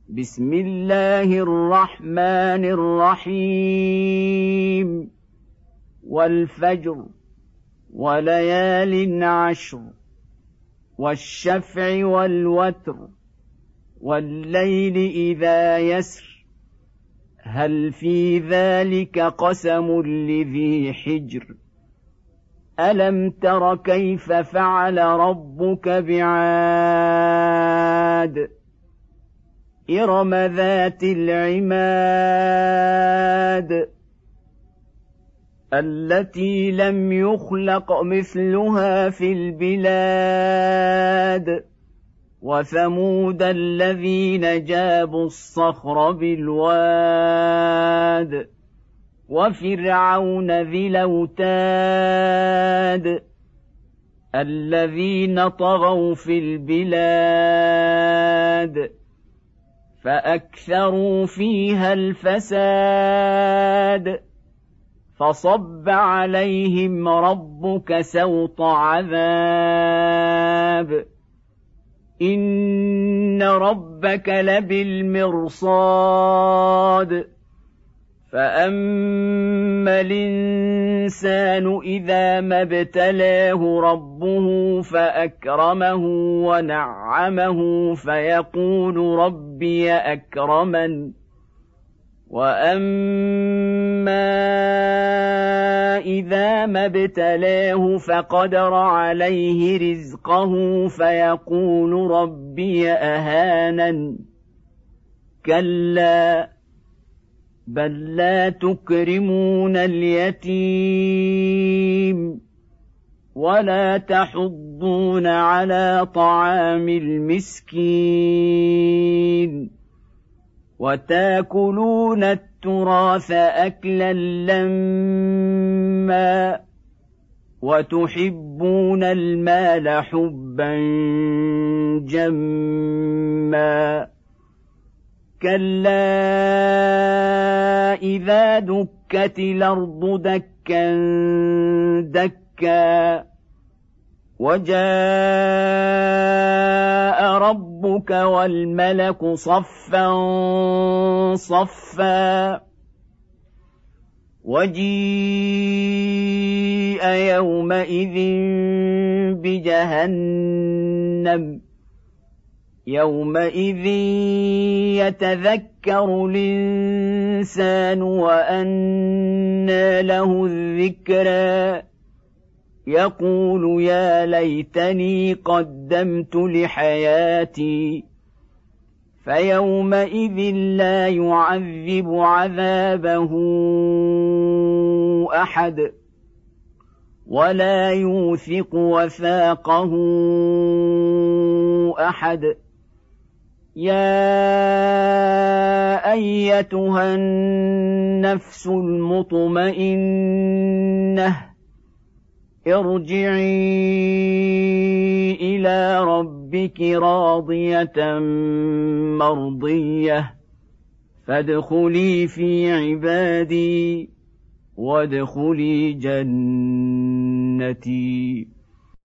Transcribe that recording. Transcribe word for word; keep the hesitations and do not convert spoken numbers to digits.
بسم الله الرحمن الرحيم والفجر وليال عشر والشفع والوتر والليل إذا يسر هل في ذلك قسم لذي حجر ألم تر كيف فعل ربك بعاد إرم ذات العماد التي لم يخلق مثلها في البلاد وثمود الذين جابوا الصخر بالواد وفرعون ذي الأوتاد الذين طغوا في البلاد فأكثروا فيها الفساد فصب عليهم ربك سوط عذاب إن ربك لبالمرصاد فأما الإنسان إذا ما ابتلاه ربه فأكرمه ونعمه فيقول ربي أكرمن وأما إذا ما ابتلاه فقدر عليه رزقه فيقول ربي أهانن كلا بل لا تكرمون اليتيم ولا تحضون على طعام المسكين وتاكلون التراث أكلا لما وتحبون المال حبا جما كلا إذا دكت الأرض دكا دكا وجاء ربك والملك صفا صفا وجيء يومئذ بجهنم يومئذ يتذكر الإنسان وأنى له الذكرى يقول يا ليتني قدمت لحياتي فيومئذ لا يعذب عذابه أحد ولا يوثق وثاقه أحد يا أيتها النفس المطمئنة ارجعي إلى ربك راضية مرضية فادخلي في عبادي وادخلي جنتي.